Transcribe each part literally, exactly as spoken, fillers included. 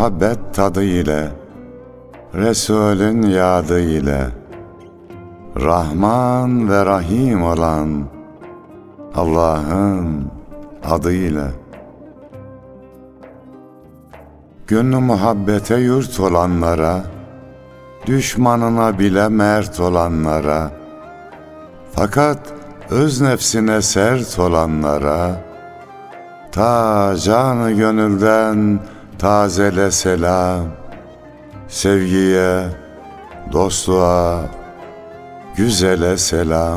muhabbet tadı ile, Resulün yadı ile, Rahman ve Rahim olan Allah'ın adıyla. Gönlü muhabbete yurt olanlara, düşmanına bile mert olanlara, fakat öz nefsine sert olanlara, ta canı gönülden tazele selam, sevgiye, dostluğa, güzele selam.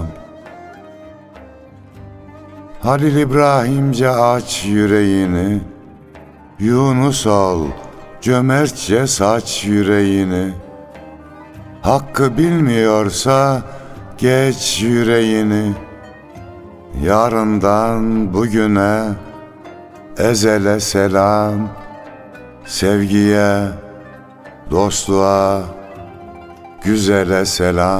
Halil İbrahimce aç yüreğini, Yunus ol, cömertçe saç yüreğini. Hakkı bilmiyorsa geç yüreğini. Yarından bugüne ezele selam, sevgiye, dostluğa, güzele selam.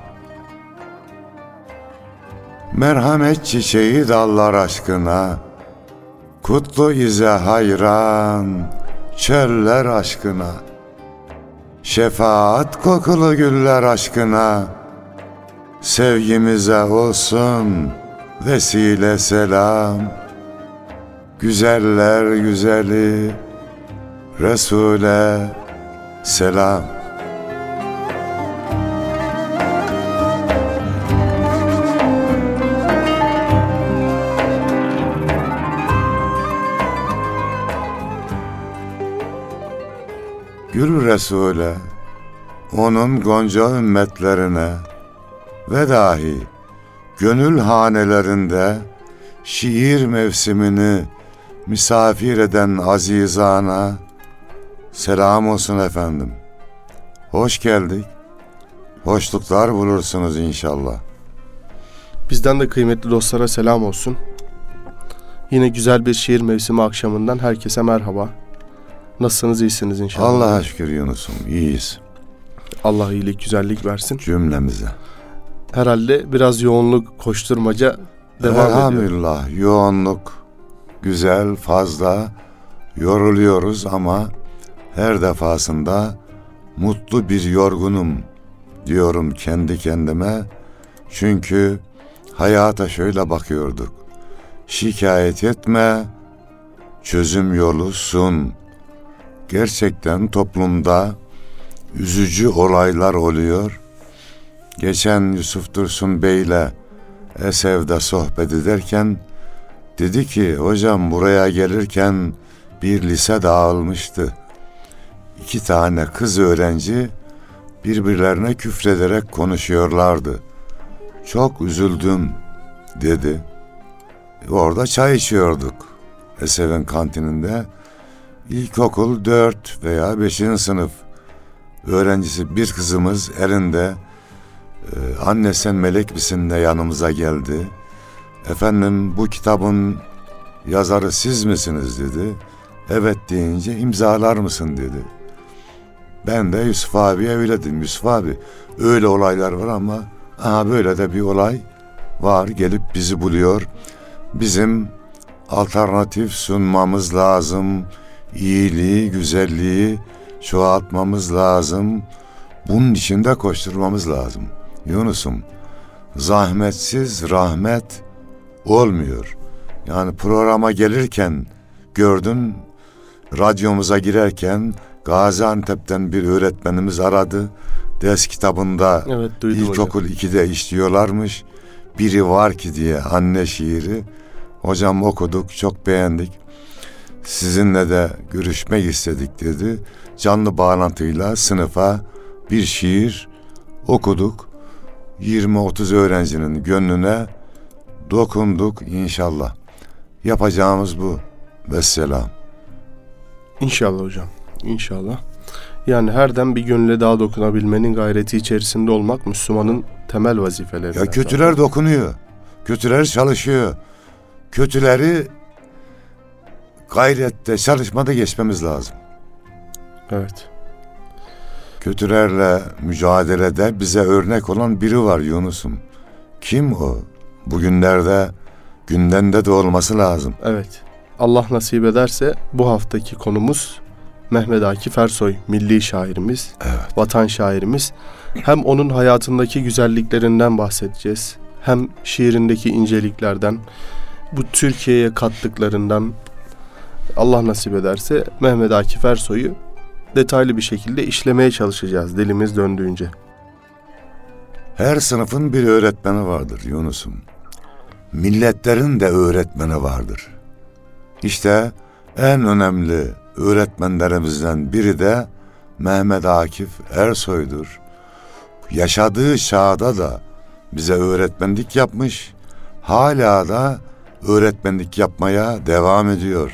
Merhamet çiçeği dallar aşkına, kutlu ize hayran, çöller aşkına. Şefaat kokulu güller aşkına, sevgimize olsun vesile selam. Güzeller güzeli Resul'e selam. Gül Resul'e, onun gonca ümmetlerine ve dahi gönül hanelerinde şiir mevsimini misafir eden azizana selam olsun efendim. Hoş geldik. Hoşluklar bulursunuz inşallah. Bizden de kıymetli dostlara selam olsun. Yine güzel bir şiir mevsimi akşamından herkese merhaba. Nasılsınız, iyisiniz inşallah? Allah'a şükür Yunus'um, iyiyiz. Allah iyilik, güzellik versin. Cümlemize. Herhalde biraz yoğunluk, koşturmaca devam ediyor. Elhamdülillah, yoğunluk güzel, fazla yoruluyoruz ama her defasında mutlu bir yorgunum diyorum kendi kendime. Çünkü hayata şöyle bakıyorduk. Şikayet etme, çözüm yolu sun. Gerçekten toplumda üzücü olaylar oluyor. Geçen Yusuf Dursun Bey'le Esev'de sohbet ederken dedi ki, hocam buraya gelirken bir lise dağılmıştı. İki tane kız öğrenci birbirlerine küfrederek konuşuyorlardı. Çok üzüldüm dedi. Orada çay içiyorduk Esev'in kantininde. İlkokul dört veya beşinci sınıf öğrencisi bir kızımız elinde e, anne sen melek misin de yanımıza geldi. Efendim bu kitabın yazarı siz misiniz dedi. Evet deyince imzalar mısın dedi. Ben de Yusuf abiye öyle dedim. Yusuf abi öyle olaylar var ama aha böyle de bir olay var, gelip bizi buluyor. Bizim alternatif sunmamız lazım. İyiliği, güzelliği çoğaltmamız lazım. Bunun için de koşturmamız lazım. Yunus'um, zahmetsiz rahmet olmuyor. Yani programa gelirken gördün, radyomuza girerken Gaziantep'ten bir öğretmenimiz aradı. Ders kitabında evet, ilkokul ikide işliyorlarmış. Biri var ki diye anne şiiri. Hocam okuduk, çok beğendik. Sizinle de görüşmek istedik dedi. Canlı bağlantıyla sınıfa bir şiir okuduk. yirmi otuz öğrencinin gönlüne dokunduk inşallah. Yapacağımız bu. Vesselam. İnşallah hocam. İnşallah. Yani her dem bir gönüle daha dokunabilmenin gayreti içerisinde olmak Müslümanın temel vazifelerinden. Ya kötüler zaten dokunuyor. Kötüler çalışıyor. Kötüleri gayrette, çalışmada geçmemiz lazım. Evet. Kötülerle mücadelede bize örnek olan biri var Yunus'um. Kim o? Bugünlerde gündemde de olması lazım. Evet. Allah nasip ederse bu haftaki konumuz Mehmet Akif Ersoy, milli şairimiz, Evet. vatan şairimiz. Hem onun hayatındaki güzelliklerinden bahsedeceğiz, hem şiirindeki inceliklerden, bu Türkiye'ye kattıklarından, Allah nasip ederse Mehmet Akif Ersoy'u detaylı bir şekilde işlemeye çalışacağız dilimiz döndüğünce. Her sınıfın bir öğretmeni vardır Yunus'um. Milletlerin de öğretmeni vardır. İşte en önemli öğretmenlerimizden biri de Mehmet Akif Ersoy'dur. Yaşadığı çağda da bize öğretmenlik yapmış, hala da öğretmenlik yapmaya devam ediyor.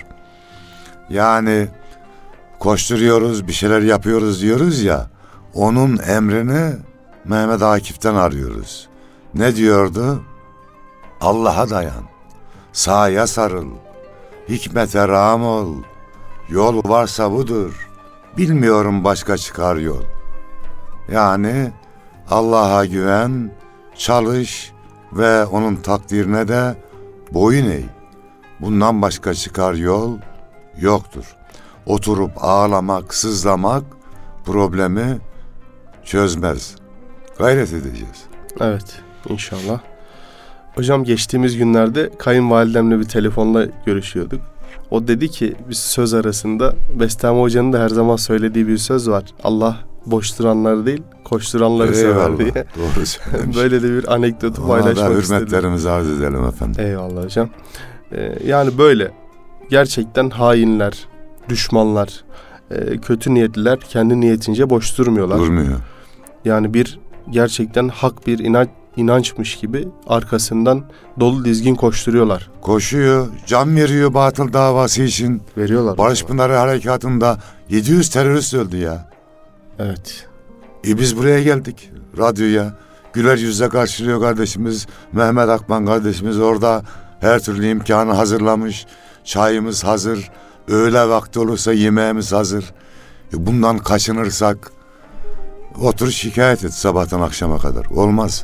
Yani koşturuyoruz, bir şeyler yapıyoruz diyoruz ya, onun emrini Mehmet Akif'ten arıyoruz. Ne diyordu? Allah'a dayan, sağa sarıl, hikmete rağm ol, yol varsa budur, bilmiyorum başka çıkar yol. Yani Allah'a güven, çalış ve onun takdirine de boyun eğ. Bundan başka çıkar yol yoktur. Oturup ağlamak, sızlamak problemi çözmez. Gayret edeceğiz. Evet, inşallah. Hocam geçtiğimiz günlerde kayınvalidemle bir telefonla görüşüyorduk. O dedi ki biz söz arasında, Bestami Hoca'nın da her zaman söylediği bir söz var. Allah boş duranları değil, koşturanları sever diye. Doğru söylemiş. Böyle de bir anekdotu Ona paylaşmak da istedim. hürmetlerimizi arz edelim efendim. Eyvallah hocam. Ee, yani böyle gerçekten hainler, düşmanlar, e, kötü niyetliler kendi niyetince boş durmuyorlar. Durmuyor. Yani bir gerçekten hak bir inanç, inançmış gibi arkasından dolu dizgin koşturuyorlar. Koşuyor, can veriyor batıl davası için. Veriyorlar. Barış Pınarı Harekatı'nda yedi yüz terörist öldü ya. Evet. E biz buraya geldik, radyoya. Güler yüzle karşılıyor kardeşimiz. Mehmet Akman kardeşimiz orada her türlü imkanı hazırlamış. Çayımız hazır. Öğle vakti olursa yemeğimiz hazır. E bundan kaçınırsak otur şikayet et sabahtan akşama kadar. Olmaz.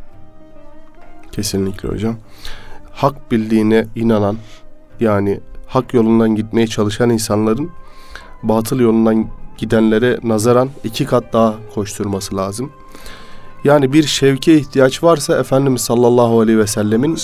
Kesinlikle hocam. Hak bildiğine inanan, yani hak yolundan gitmeye çalışan insanların batıl yolundan gidenlere nazaran iki kat daha koşturması lazım. Yani bir şevke ihtiyaç varsa Efendimiz sallallahu aleyhi ve sellemin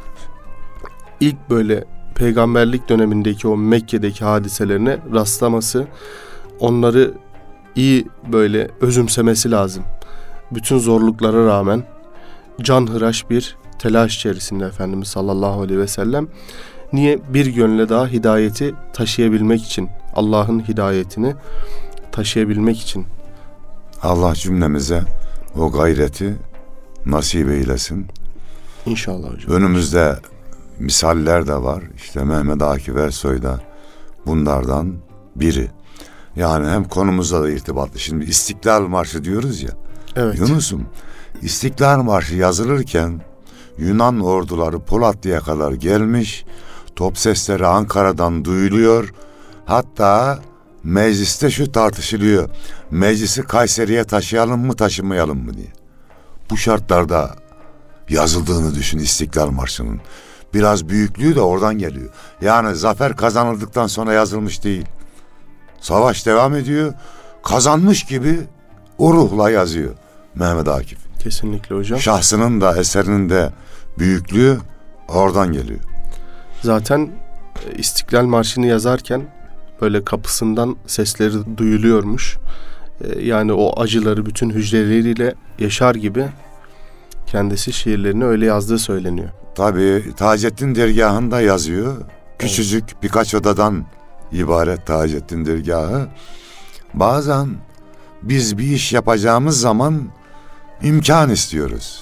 ilk böyle peygamberlik dönemindeki o Mekke'deki hadiselerine rastlaması, onları iyi böyle özümsemesi lazım. Bütün zorluklara rağmen canhıraş bir telaş içerisinde Efendimiz sallallahu aleyhi ve sellem. Niye? Bir gönle daha hidayeti taşıyabilmek için, Allah'ın hidayetini taşıyabilmek için. Allah cümlemize o gayreti nasip eylesin. İnşallah hocam. Önümüzde misaller de var. İşte Mehmet Akif Ersoy da bunlardan biri. Yani hem konumuzla da irtibatlı. Şimdi İstiklal Marşı diyoruz ya. Evet. Yunus'um, İstiklal Marşı yazılırken Yunan orduları Polatlı'ya kadar gelmiş. Top sesleri Ankara'dan duyuluyor. Hatta mecliste şu tartışılıyor. Meclisi Kayseri'ye taşıyalım mı taşımayalım mı diye. Bu şartlarda yazıldığını düşün İstiklal Marşı'nın. Biraz büyüklüğü de oradan geliyor. Yani zafer kazanıldıktan sonra yazılmış değil. Savaş devam ediyor. Kazanmış gibi o ruhla yazıyor Mehmet Akif. Kesinlikle hocam. Şahsının da eserinin de büyüklüğü oradan geliyor. Zaten İstiklal Marşı'nı yazarken böyle kapısından sesleri duyuluyormuş. Yani o acıları bütün hücreleriyle yaşar gibi kendisi şiirlerini öyle yazdığı söyleniyor. Tabii Taceddin dergahında yazıyor. Küçücük evet. Birkaç odadan ibaret Taceddin dergahı. Bazen biz bir iş yapacağımız zaman imkan istiyoruz.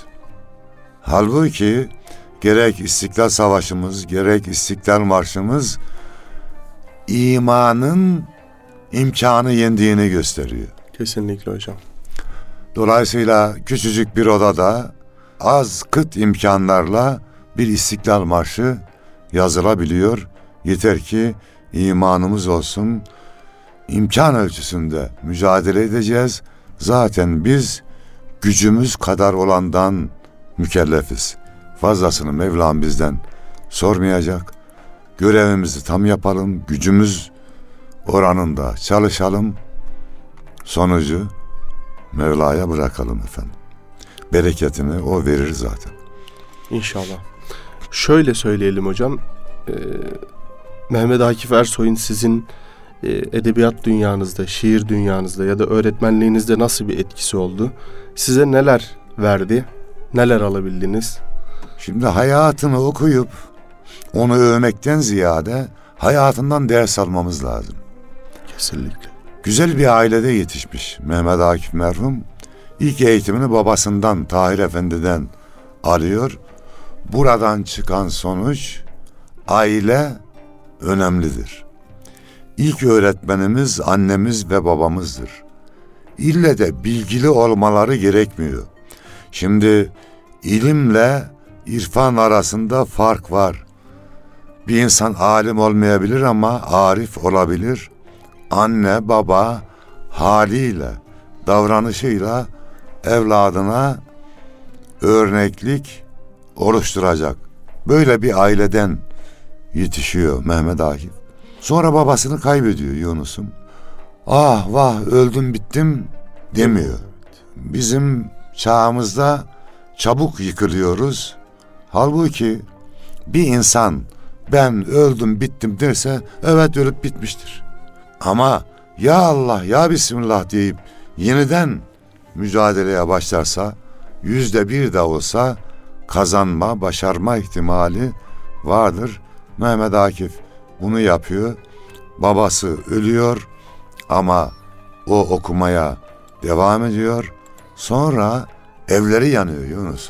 Halbuki gerek İstiklal Savaşımız, gerek İstiklal Marşımız imanın imkanı yendiğini gösteriyor. Kesinlikle hocam. Dolayısıyla küçücük bir odada az kıt imkanlarla bir İstiklal Marşı yazılabiliyor. Yeter ki imanımız olsun. İmkan ölçüsünde mücadele edeceğiz. Zaten biz gücümüz kadar olandan mükellefiz. Fazlasını Mevlam bizden sormayacak. Görevimizi tam yapalım. Gücümüz oranında çalışalım, sonucu Mevla'ya bırakalım efendim. Bereketini o verir zaten. İnşallah. Şöyle söyleyelim hocam. Ee, Mehmet Akif Ersoy'un sizin e, edebiyat dünyanızda, şiir dünyanızda ya da öğretmenliğinizde nasıl bir etkisi oldu? Size neler verdi? Neler alabildiniz? Şimdi hayatını okuyup onu övmekten ziyade hayatından ders almamız lazım. Kesinlikle. Güzel bir ailede yetişmiş Mehmet Akif merhum. İlk eğitimini babasından, Tahir Efendi'den alıyor. Buradan çıkan sonuç, aile önemlidir. İlk öğretmenimiz annemiz ve babamızdır. İlle de bilgili olmaları gerekmiyor. Şimdi ilimle irfan arasında fark var. Bir insan alim olmayabilir ama arif olabilir. Anne baba haliyle, davranışıyla evladına örneklik oluşturacak. Böyle bir aileden yetişiyor Mehmet Akif. Sonra babasını kaybediyor Yunus'um. Ah vah öldüm bittim demiyor. Bizim çağımızda çabuk yıkılıyoruz. Halbuki bir insan ben öldüm bittim derse evet ölüp bitmiştir. Ama ya Allah ya Bismillah deyip yeniden mücadeleye başlarsa yüzde bir de olsa kazanma, başarma ihtimali vardır. Mehmet Akif bunu yapıyor. Babası ölüyor ama o okumaya devam ediyor. Sonra evleri yanıyor Yunus'um.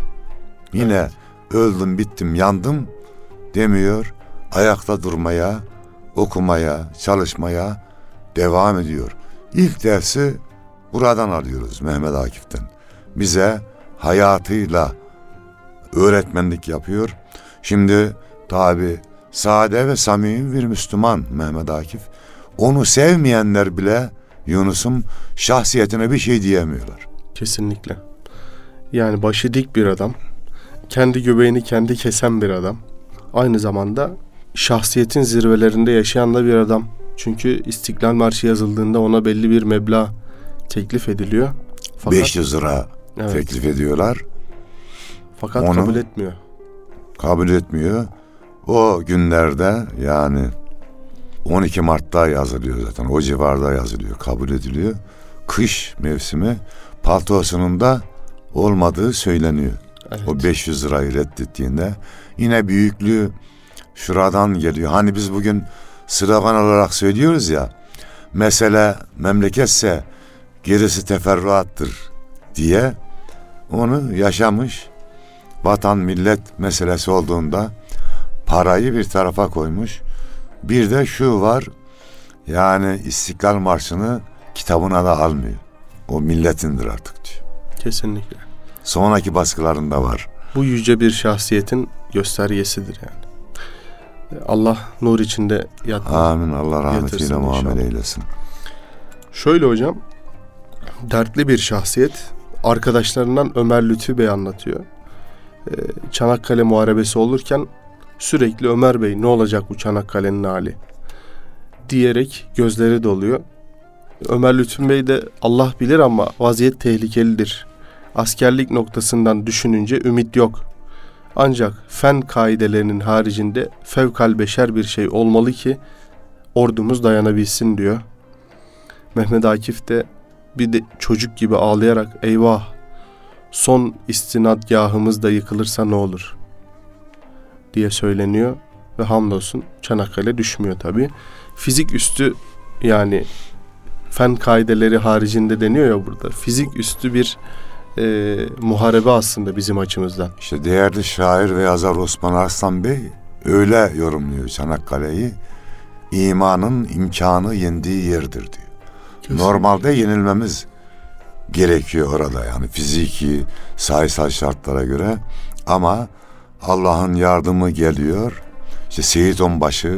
Yine evet. Öldüm bittim yandım demiyor. Ayakta durmaya, okumaya, çalışmaya devam ediyor. İlk dersi buradan alıyoruz Mehmet Akif'ten. Bize hayatıyla öğretmenlik yapıyor. Şimdi tabi sade ve samimi bir Müslüman Mehmet Akif. Onu sevmeyenler bile Yunus'un şahsiyetine bir şey diyemiyorlar. Kesinlikle. Yani başı dik bir adam. Kendi göbeğini kendi kesen bir adam. Aynı zamanda şahsiyetin zirvelerinde yaşayan da bir adam. Çünkü İstiklal Marşı yazıldığında ona belli bir meblağ teklif ediliyor. Fakat, beş yüz lira evet. teklif ediyorlar. Fakat onu kabul etmiyor. Kabul etmiyor. O günlerde yani on iki Mart'ta yazılıyor zaten. O civarda yazılıyor, kabul ediliyor. Kış mevsimi paltosunun da olmadığı söyleniyor. Evet. O beş yüz lirayı reddettiğinde yine büyüklüğü şuradan geliyor. Hani biz bugün slogan olarak söylüyoruz ya, mesele memleketse gerisi teferruattır diye onu yaşamış. Vatan millet meselesi olduğunda parayı bir tarafa koymuş. Bir de şu var, yani İstiklal Marşı'nı kitabına da almıyor. O milletindir artık diyor. Kesinlikle. Sonraki baskılarında var. Bu yüce bir şahsiyetin göstergesidir yani. Allah nur içinde yatır. Amin. Allah rahmetiyle muamele eylesin. Şöyle hocam, dertli bir şahsiyet. Arkadaşlarından Ömer Lütfi Bey anlatıyor. Çanakkale Muharebesi olurken sürekli Ömer Bey ne olacak bu Çanakkale'nin hali diyerek gözleri doluyor. Ömer Lütfi Bey de Allah bilir ama vaziyet tehlikelidir. Askerlik noktasından düşününce ümit yok. Ancak fen kaidelerinin haricinde fevkal beşer bir şey olmalı ki ordumuz dayanabilsin diyor. Mehmet Akif de bir de çocuk gibi ağlayarak eyvah son istinadgahımız da yıkılırsa ne olur diye söyleniyor ve hamdolsun Çanakkale düşmüyor tabi. Fizik üstü, yani fen kaideleri haricinde deniyor ya burada. Fizik üstü bir e, muharebe aslında bizim açımızdan. İşte değerli şair ve yazar Osman Arslan Bey öyle yorumluyor Çanakkale'yi. İmanın imkanı yendiği yerdir diyor. Kesinlikle. Normalde yenilmemiz gerekiyor orada, yani fiziki, sayısal şartlara göre, ama Allah'ın yardımı geliyor. İşte Seyit Onbaşı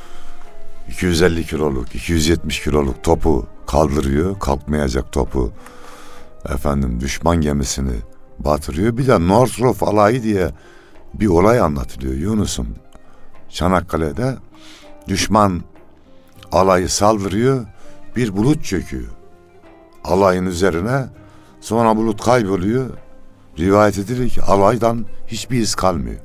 iki yüz elli kiloluk, iki yüz yetmiş kiloluk topu kaldırıyor, kalkmayacak topu efendim düşman gemisini batırıyor. Bir de Northrop alayı diye bir olay anlatılıyor Yunus'um. Çanakkale'de düşman Alayı saldırıyor, bir bulut çöküyor alayın üzerine, sonra bulut kayboluyor. Rivayet edilir ki alaydan hiçbir iz kalmıyor.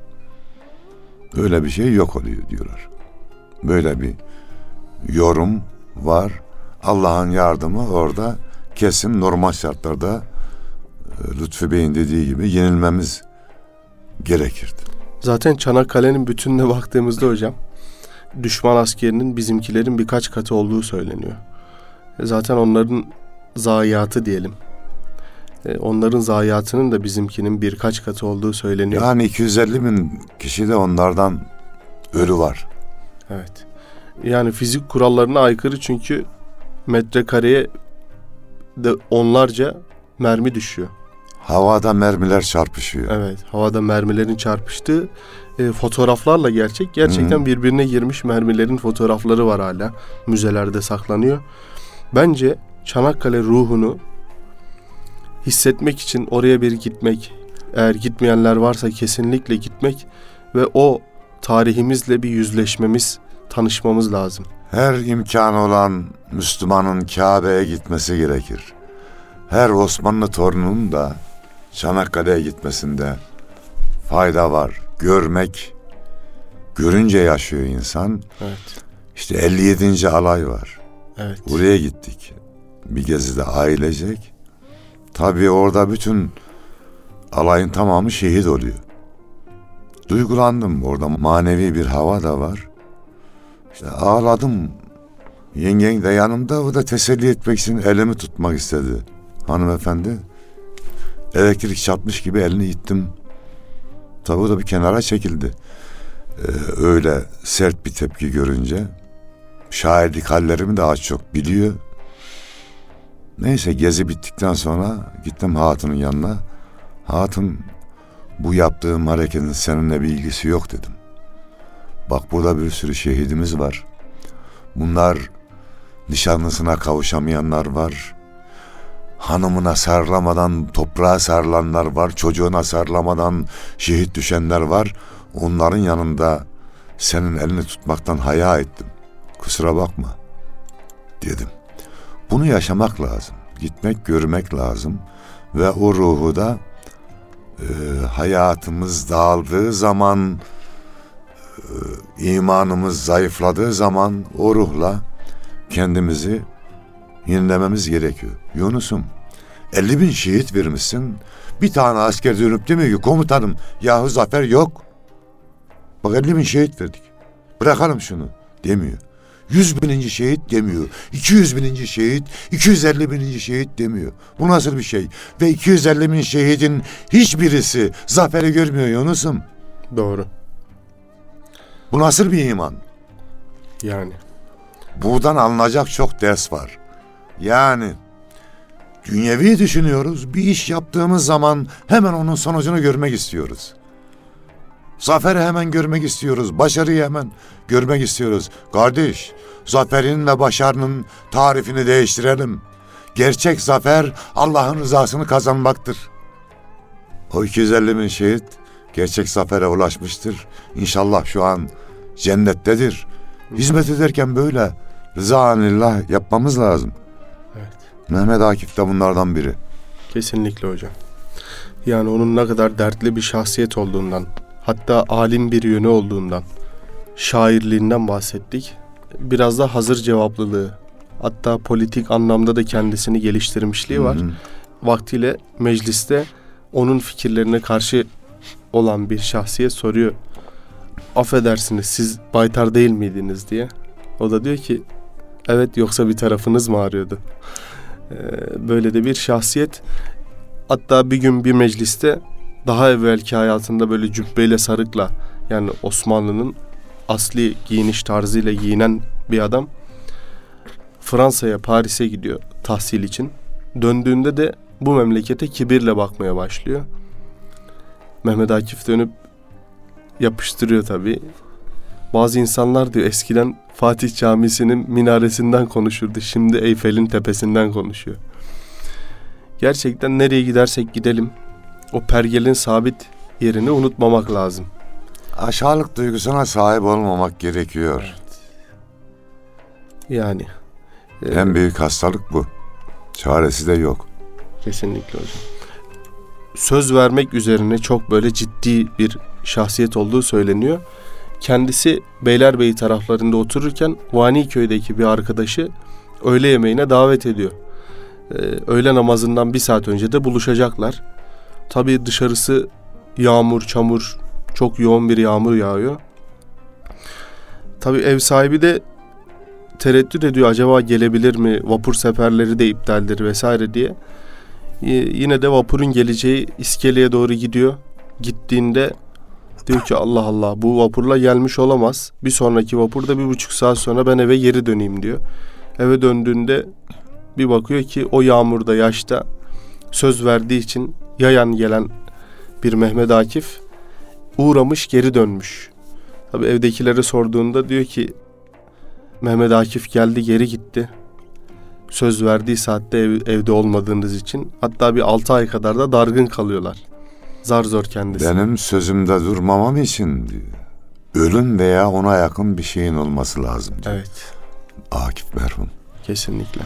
Öyle bir şey yok oluyor diyorlar. Böyle bir yorum var. Allah'ın yardımı orada kesin, normal şartlarda Lütfü Bey'in dediği gibi yenilmemiz gerekirdi. Zaten Çanakkale'nin bütününe baktığımızda hocam, düşman askerinin bizimkilerin birkaç katı olduğu söyleniyor. Zaten onların zayiatı diyelim. Onların zayiatının da bizimkinin birkaç katı olduğu söyleniyor. Yani iki yüz elli bin kişi de onlardan ölü var. Evet. Yani fizik kurallarına aykırı, çünkü metrekareye de onlarca mermi düşüyor. Havada mermiler çarpışıyor. Evet, havada mermilerin çarpıştığı e, fotoğraflarla gerçek. Gerçekten Hı-hı. birbirine girmiş mermilerin fotoğrafları var hala. Müzelerde saklanıyor. Bence Çanakkale ruhunu hissetmek için oraya bir gitmek, eğer gitmeyenler varsa kesinlikle gitmek ve o tarihimizle bir yüzleşmemiz, tanışmamız lazım. Her imkanı olan Müslümanın Kabe'ye gitmesi gerekir. Her Osmanlı torununun da Çanakkale'ye gitmesinde fayda var. Görmek, görünce yaşıyor insan. Evet. İşte elli yedinci alay var. Evet. Buraya gittik. Bir gezide ailecek. Tabii orada bütün alayın tamamı şehit oluyor. Duygulandım. Orada manevi bir hava da var. İşte ağladım. Yengen de yanımda, o da teselli etmek için elimi tutmak istedi. Hanımefendi. Elektrik çarpmış gibi elini ittim. Tabii o da bir kenara çekildi. Ee, öyle sert bir tepki görünce. Şairlik hallerimi daha çok biliyor. Neyse, gezi bittikten sonra gittim hatunun yanına. Hatun, bu yaptığım hareketin seninle bir ilgisi yok dedim. Bak, burada bir sürü şehidimiz var. Bunlar, nişanlısına kavuşamayanlar var. Hanımına sarılamadan toprağa sarılanlar var. Çocuğuna sarılamadan şehit düşenler var. Onların yanında senin elini tutmaktan haya ettim. Kusura bakma dedim. Bunu yaşamak lazım. Gitmek, görmek lazım. Ve o ruhu da e, hayatımız dağıldığı zaman, e, imanımız zayıfladığı zaman o ruhla kendimizi yenilememiz gerekiyor. Yunus'um, elli bin şehit vermişsin. Bir tane asker dönüp demiyor ki komutanım, yahu zafer yok. Bak, elli bin şehit verdik, bırakalım şunu demiyor. Yüz bininci şehit demiyor. İki yüz bininci şehit, iki yüz elli bininci şehit demiyor. Bu nasıl bir şey? Ve iki yüz elli bin şehidin hiçbirisi zaferi görmüyor Yunus'um. Doğru. Bu nasıl bir iman? Yani. Buradan alınacak çok ders var. Yani dünyevi düşünüyoruz. Bir iş yaptığımız zaman hemen onun sonucunu görmek istiyoruz. Zaferi hemen görmek istiyoruz. Başarıyı hemen görmek istiyoruz. Kardeş, zaferin ve başarının tarifini değiştirelim. Gerçek zafer Allah'ın rızasını kazanmaktır. O iki yüz elli bin şehit gerçek zafere ulaşmıştır. İnşallah şu an cennettedir. Hizmet ederken böyle rızanillah yapmamız lazım. Evet. Mehmet Akif de bunlardan biri. Kesinlikle hocam. Yani onun ne kadar dertli bir şahsiyet olduğundan, hatta alim bir yönü olduğundan, şairliğinden bahsettik. Biraz da hazır cevaplılığı, hatta politik anlamda da kendisini geliştirmişliği var. Hı hı. Vaktiyle mecliste onun fikirlerine karşı olan bir şahsiyet soruyor. Affedersiniz, siz baytar değil miydiniz diye. O da diyor ki evet, yoksa bir tarafınız mı ağrıyordu? Ee, böyle de bir şahsiyet. Hatta bir gün bir mecliste, daha evvelki hayatında böyle cübbeyle sarıkla, yani Osmanlı'nın asli giyiniş tarzıyla giyinen bir adam Fransa'ya, Paris'e gidiyor tahsil için. Döndüğünde de bu memlekete kibirle bakmaya başlıyor. Mehmet Akif dönüp yapıştırıyor tabii. Bazı insanlar diyor eskiden Fatih Camisi'nin minaresinden konuşurdu, şimdi Eyfel'in tepesinden konuşuyor. Gerçekten nereye gidersek gidelim o pergelin sabit yerini unutmamak lazım. Aşağılık duygusuna sahip olmamak gerekiyor. Evet. Yani. E, En büyük hastalık bu. Çaresi de yok. Kesinlikle hocam. Söz vermek üzerine çok böyle ciddi bir şahsiyet olduğu söyleniyor. Kendisi Beylerbeyi taraflarında otururken Vaniköy'deki bir arkadaşı öğle yemeğine davet ediyor. Ee, öğle namazından bir saat önce de buluşacaklar. Tabii dışarısı yağmur, çamur, çok yoğun bir yağmur yağıyor. Tabii ev sahibi de tereddüt ediyor, acaba gelebilir mi, vapur seferleri de iptaldir vesaire diye. Ee, yine de vapurun geleceği iskeleye doğru gidiyor. Gittiğinde diyor ki Allah Allah, bu vapurla gelmiş olamaz. Bir sonraki vapurda bir buçuk saat sonra ben eve geri döneyim diyor. Eve döndüğünde bir bakıyor ki o yağmurda, yaşta söz verdiği için yayan gelen bir Mehmet Akif uğramış, geri dönmüş. Tabii evdekilere sorduğunda diyor ki Mehmet Akif geldi, geri gitti. Söz verdiği saatte ev, evde olmadığınız için. Hatta bir altı ay kadar da dargın kalıyorlar. Zar zor kendisi. Benim sözümde durmamam için diyor, ölüm veya ona yakın bir şeyin olması lazım diyor. Evet. Akif merhum. Kesinlikle.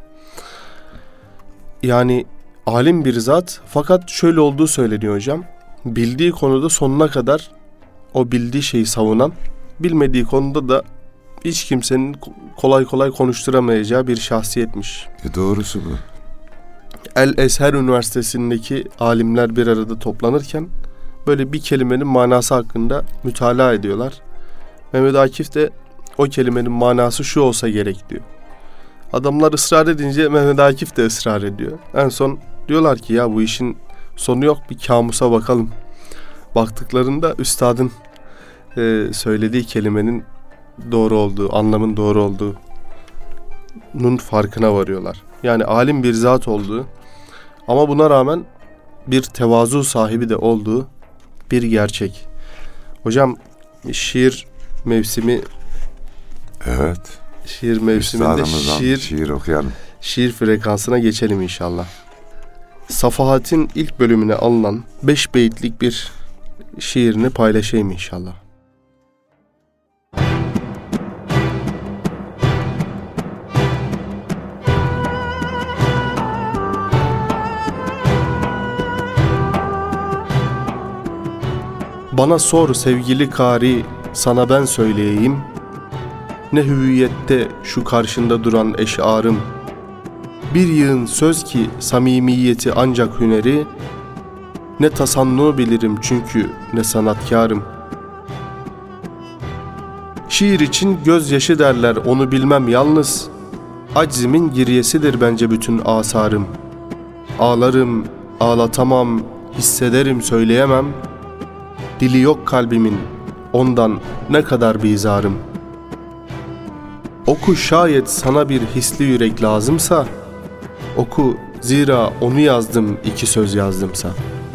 Yani alim bir zat, fakat şöyle olduğu söyleniyor hocam. Bildiği konuda sonuna kadar o bildiği şeyi savunan, bilmediği konuda da hiç kimsenin kolay kolay konuşturamayacağı bir şahsiyetmiş. E doğrusu bu. El Ezher Üniversitesi'ndeki alimler bir arada toplanırken böyle bir kelimenin manası hakkında mütalaa ediyorlar. Mehmet Akif de o kelimenin manası şu olsa gerek diyor. Adamlar ısrar edince Mehmet Akif de ısrar ediyor. En son diyorlar ki ya bu işin sonu yok, bir kamusa bakalım. Baktıklarında üstadın e, söylediği kelimenin doğru olduğu, anlamın doğru olduğunun farkına varıyorlar. Yani alim bir zat olduğu ama buna rağmen bir tevazu sahibi de olduğu bir gerçek. Hocam şiir mevsimi, Evet. şiir mevsiminde şiir, şiir okuyalım. şiir frekansına geçelim inşallah. Safahat'in ilk bölümüne alınan beş beyitlik bir şiirini paylaşayım inşallah. Bana sor sevgili kari, sana ben söyleyeyim. Ne hüviyette şu karşında duran eşarım. Bir yığın söz ki samimiyeti ancak hüneri. Ne tasannu bilirim çünkü ne sanatkarım. Şiir için gözyaşı derler, onu bilmem yalnız. Aczimin giryesidir bence bütün asarım. Ağlarım, ağlatamam, hissederim söyleyemem. Dili yok kalbimin, ondan ne kadar bizarım. Oku şayet sana bir hisli yürek lazımsa, oku zira onu yazdım iki söz yazdımsa.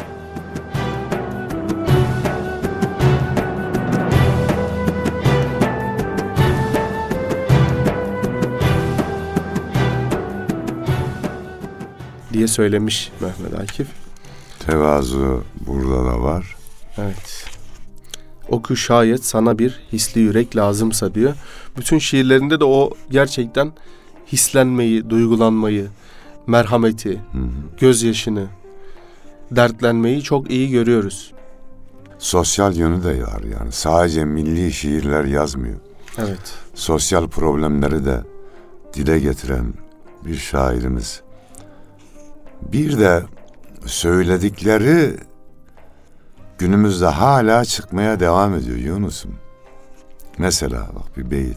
Diye söylemiş Mehmet Akif. Tevazu burada da var. Evet. Oku şayet sana bir hisli yürek lazımsa diyor. Bütün şiirlerinde de o gerçekten hislenmeyi, duygulanmayı, merhameti, hı hı. gözyaşını, dertlenmeyi çok iyi görüyoruz. Sosyal yönü de var yani. Sadece milli şiirler yazmıyor. Evet. Sosyal problemleri de dile getiren bir şairimiz. Bir de söyledikleri günümüzde hala çıkmaya devam ediyor Yunus'um. Mesela bak bir beyit.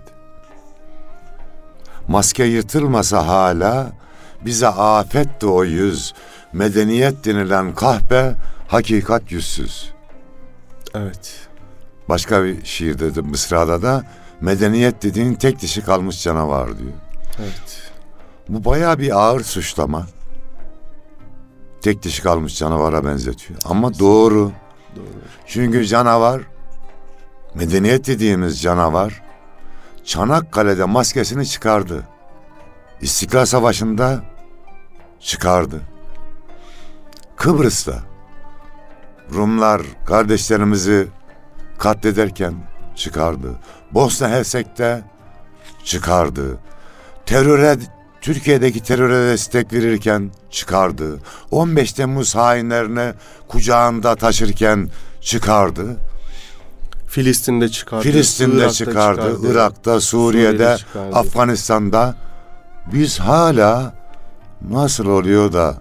Maske yırtılmasa hala bize afetti o yüz. Medeniyet denilen kahpe hakikat yüzsüz. Evet. Başka bir şiirde de mısrada da medeniyet dediğin tek dişi kalmış canavar diyor. Evet. Bu bayağı bir ağır suçlama. Tek dişi kalmış canavara benzetiyor. Ama doğru. Doğru. Çünkü canavar, medeniyet dediğimiz canavar Çanakkale'de maskesini çıkardı. İstiklal Savaşı'nda çıkardı. Kıbrıs'ta Rumlar kardeşlerimizi katlederken çıkardı. Bosna Hersek'te çıkardı. teröre, Türkiye'deki teröre destek verirken çıkardı. on beş Temmuz hainlerine kucağında taşırken çıkardı. Filistin'de çıkardı. Filistin'de Irak'ta çıkardı, çıkardı, Irak'ta, Suriye'de, Suriye'de çıkardı. Afganistan'da. Biz hala nasıl oluyor da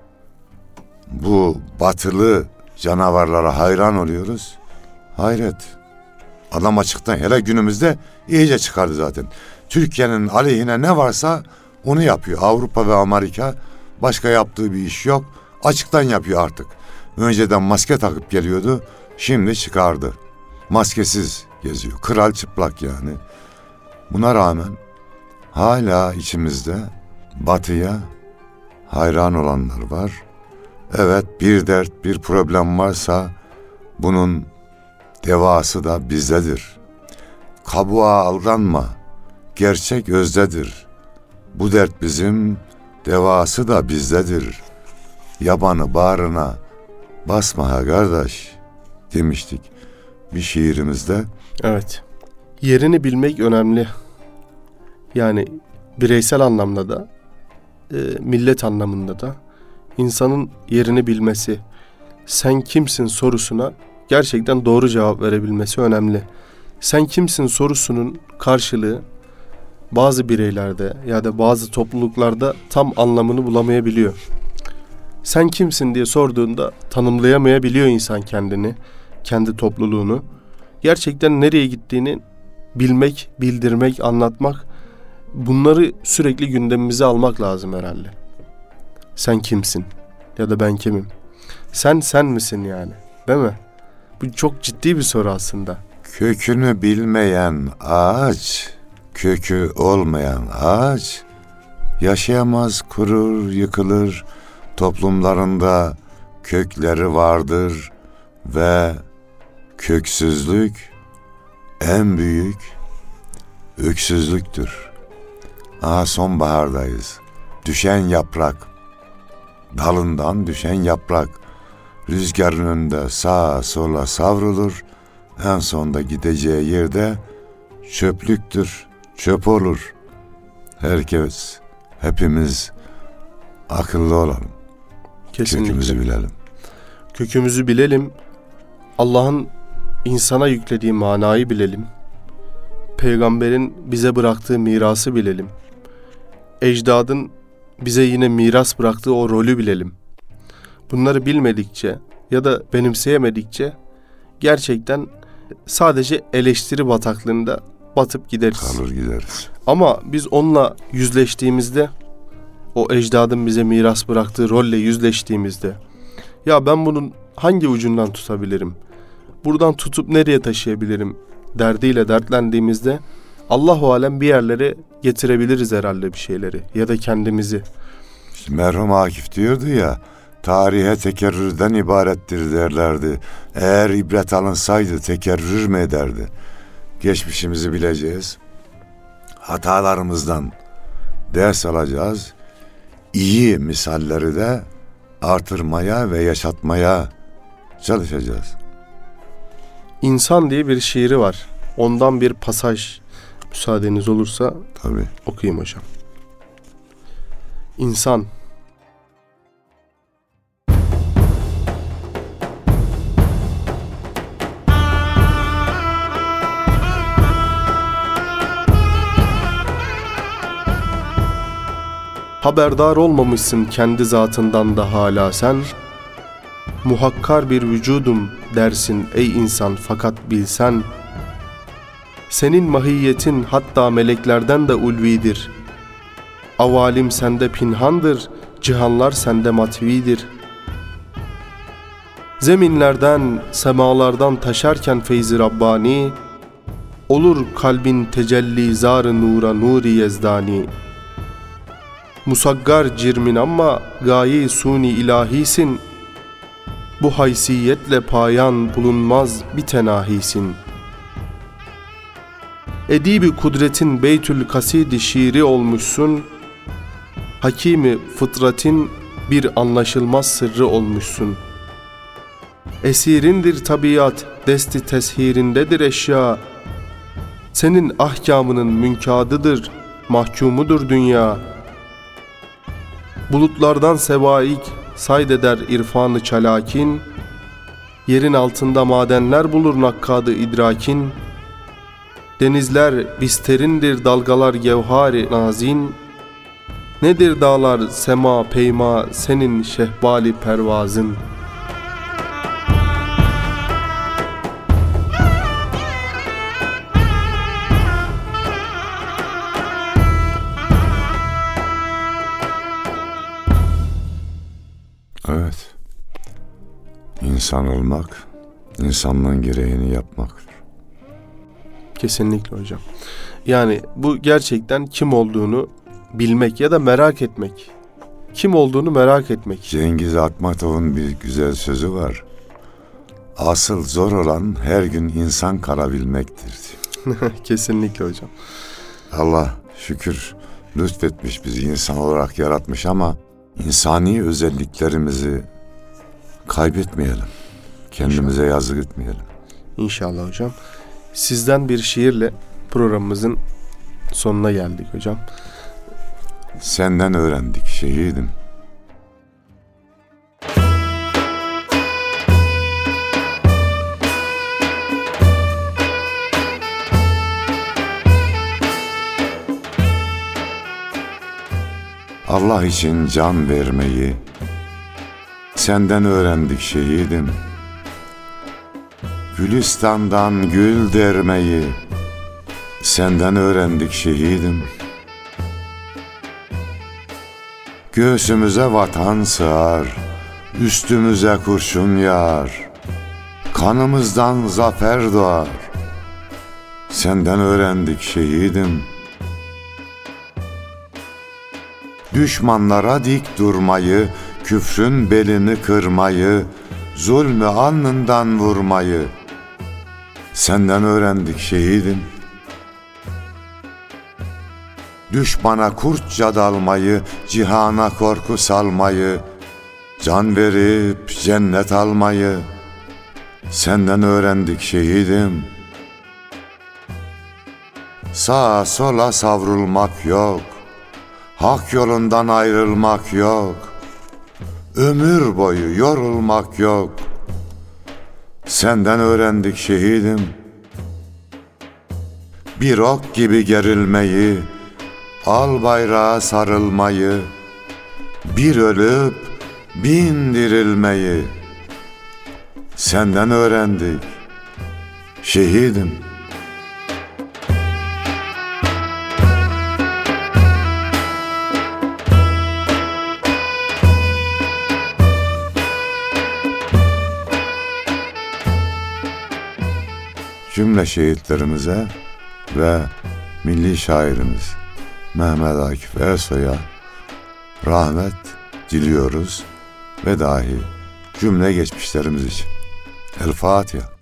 bu batılı canavarlara hayran oluyoruz? Hayret. Adam açıktan, hele günümüzde iyice çıkardı zaten. Türkiye'nin aleyhine ne varsa onu yapıyor. Avrupa ve Amerika, başka yaptığı bir iş yok. Açıktan yapıyor artık. Önceden maske takıp geliyordu. Şimdi çıkardı. Maskesiz geziyor. Kral çıplak yani. Buna rağmen hala içimizde batıya hayran olanlar var. Evet, bir dert, bir problem varsa bunun devası da bizdedir. Kabuğa aldanma. Gerçek özdedir. Bu dert bizim, devası da bizdedir. Yabanı bağrına basma ha kardeş demiştik bir şiirimizde. Evet. Yerini bilmek önemli. Yani bireysel anlamda da, e, millet anlamında da insanın yerini bilmesi, sen kimsin sorusuna gerçekten doğru cevap verebilmesi önemli. Sen kimsin sorusunun karşılığı bazı bireylerde ya da bazı topluluklarda tam anlamını bulamayabiliyor. Sen kimsin diye sorduğunda tanımlayamayabiliyor insan kendini, kendi topluluğunu. Gerçekten nereye gittiğini bilmek, bildirmek, anlatmak, bunları sürekli gündemimize almak lazım herhalde. Sen kimsin? Ya da ben kimim? Sen sen misin yani? Değil mi? Bu çok ciddi bir soru aslında. Kökünü bilmeyen ağaç, kökü olmayan ağaç yaşayamaz, kurur, yıkılır. Toplumlarında kökleri vardır ve köksüzlük en büyük öksüzlüktür. Aha, sonbahardayız. Düşen yaprak, dalından düşen yaprak rüzgarın önünde sağa sola savrulur. En sonunda gideceği yerde çöplüktür, çöp olur. Herkes, hepimiz akıllı olalım. Kesinlikle. Kökümüzü bilelim. Kökümüzü bilelim. Allah'ın insana yüklediği manayı bilelim. Peygamberin bize bıraktığı mirası bilelim. Ecdadın bize yine miras bıraktığı o rolü bilelim. Bunları bilmedikçe ya da benimseyemedikçe gerçekten sadece eleştiri bataklığında batıp gideriz. Kalır gideriz. Ama biz onunla yüzleştiğimizde, o ecdadın bize miras bıraktığı rolle yüzleştiğimizde, ya ben bunun hangi ucundan tutabilirim? Buradan tutup nereye taşıyabilirim? Derdiyle dertlendiğimizde Allahu alem bir yerlere getirebiliriz herhalde bir şeyleri ya da kendimizi. İşte merhum Akif diyordu ya, tarihe tekerrürden ibarettir derlerdi. Eğer ibret alınsaydı tekerrür mü ederdi? Geçmişimizi bileceğiz. Hatalarımızdan ders alacağız. İyi misalleri de artırmaya ve yaşatmaya çalışacağız. İnsan diye bir şiiri var. Ondan bir pasaj müsaadeniz olursa Tabii. okuyayım hocam. İnsan. Haberdar olmamışsın kendi zatından da hala sen. Muhakkar bir vücudum dersin ey insan, fakat bilsen. Senin mahiyetin hatta meleklerden de ulvidir. Avalim sende pinhandır, cihanlar sende matvidir. Zeminlerden, semalardan taşarken feyzi Rabbani, olur kalbin tecelli zar-ı nura nuri yezdani. Musaggar cirmin ama gaye-i suni ilahisin. Bu haysiyetle payan bulunmaz bir tenahisin. Edibi kudretin beytül kasidi şiiri olmuşsun. Hakimi fıtratin bir anlaşılmaz sırrı olmuşsun. Esirindir tabiat, desti teshirindedir eşya. Senin ahkamının münkadıdır, mahkumudur dünya. Bulutlardan sevaik saydeder irfanı çalakin, yerin altında madenler bulur nakkadı idrakin. Denizler bisterindir, dalgalar gevhari nazin. Nedir dağlar sema peyma senin şehbali pervazın. Evet. İnsan olmak, insanlığın gereğini yapmaktır. Kesinlikle hocam. Yani bu gerçekten kim olduğunu bilmek ya da merak etmek. Kim olduğunu merak etmek. Cengiz Atmatov'un bir güzel sözü var. Asıl zor olan her gün insan kalabilmektir diyor. Kesinlikle hocam. Allah şükür lütfetmiş, bizi insan olarak yaratmış ama insani özelliklerimizi kaybetmeyelim. Kendimize yazık etmeyelim. İnşallah hocam. Sizden bir şiirle programımızın sonuna geldik hocam. Senden öğrendik şehidim. Allah için can vermeyi senden öğrendik şehidim. Gülistan'dan gül dermeyi senden öğrendik şehidim. Göğsümüze vatan sığar, üstümüze kurşun yağar. Kanımızdan zafer doğar, senden öğrendik şehidim. Düşmanlara dik durmayı, küfrün belini kırmayı, zulmü alnından vurmayı senden öğrendik şehidim. Düşmana kurtça dalmayı, cihana korku salmayı, can verip cennet almayı senden öğrendik şehidim. Sağa sola savrulmak yok, hak yolundan ayrılmak yok, ömür boyu yorulmak yok, senden öğrendik şehidim. Bir ok gibi gerilmeyi, al bayrağa sarılmayı, bir ölüp bin dirilmeyi senden öğrendik şehidim. Cümle şehitlerimize ve milli şairimiz Mehmet Akif Ersoy'a rahmet diliyoruz ve dahi cümle geçmişlerimiz için. El Fatiha.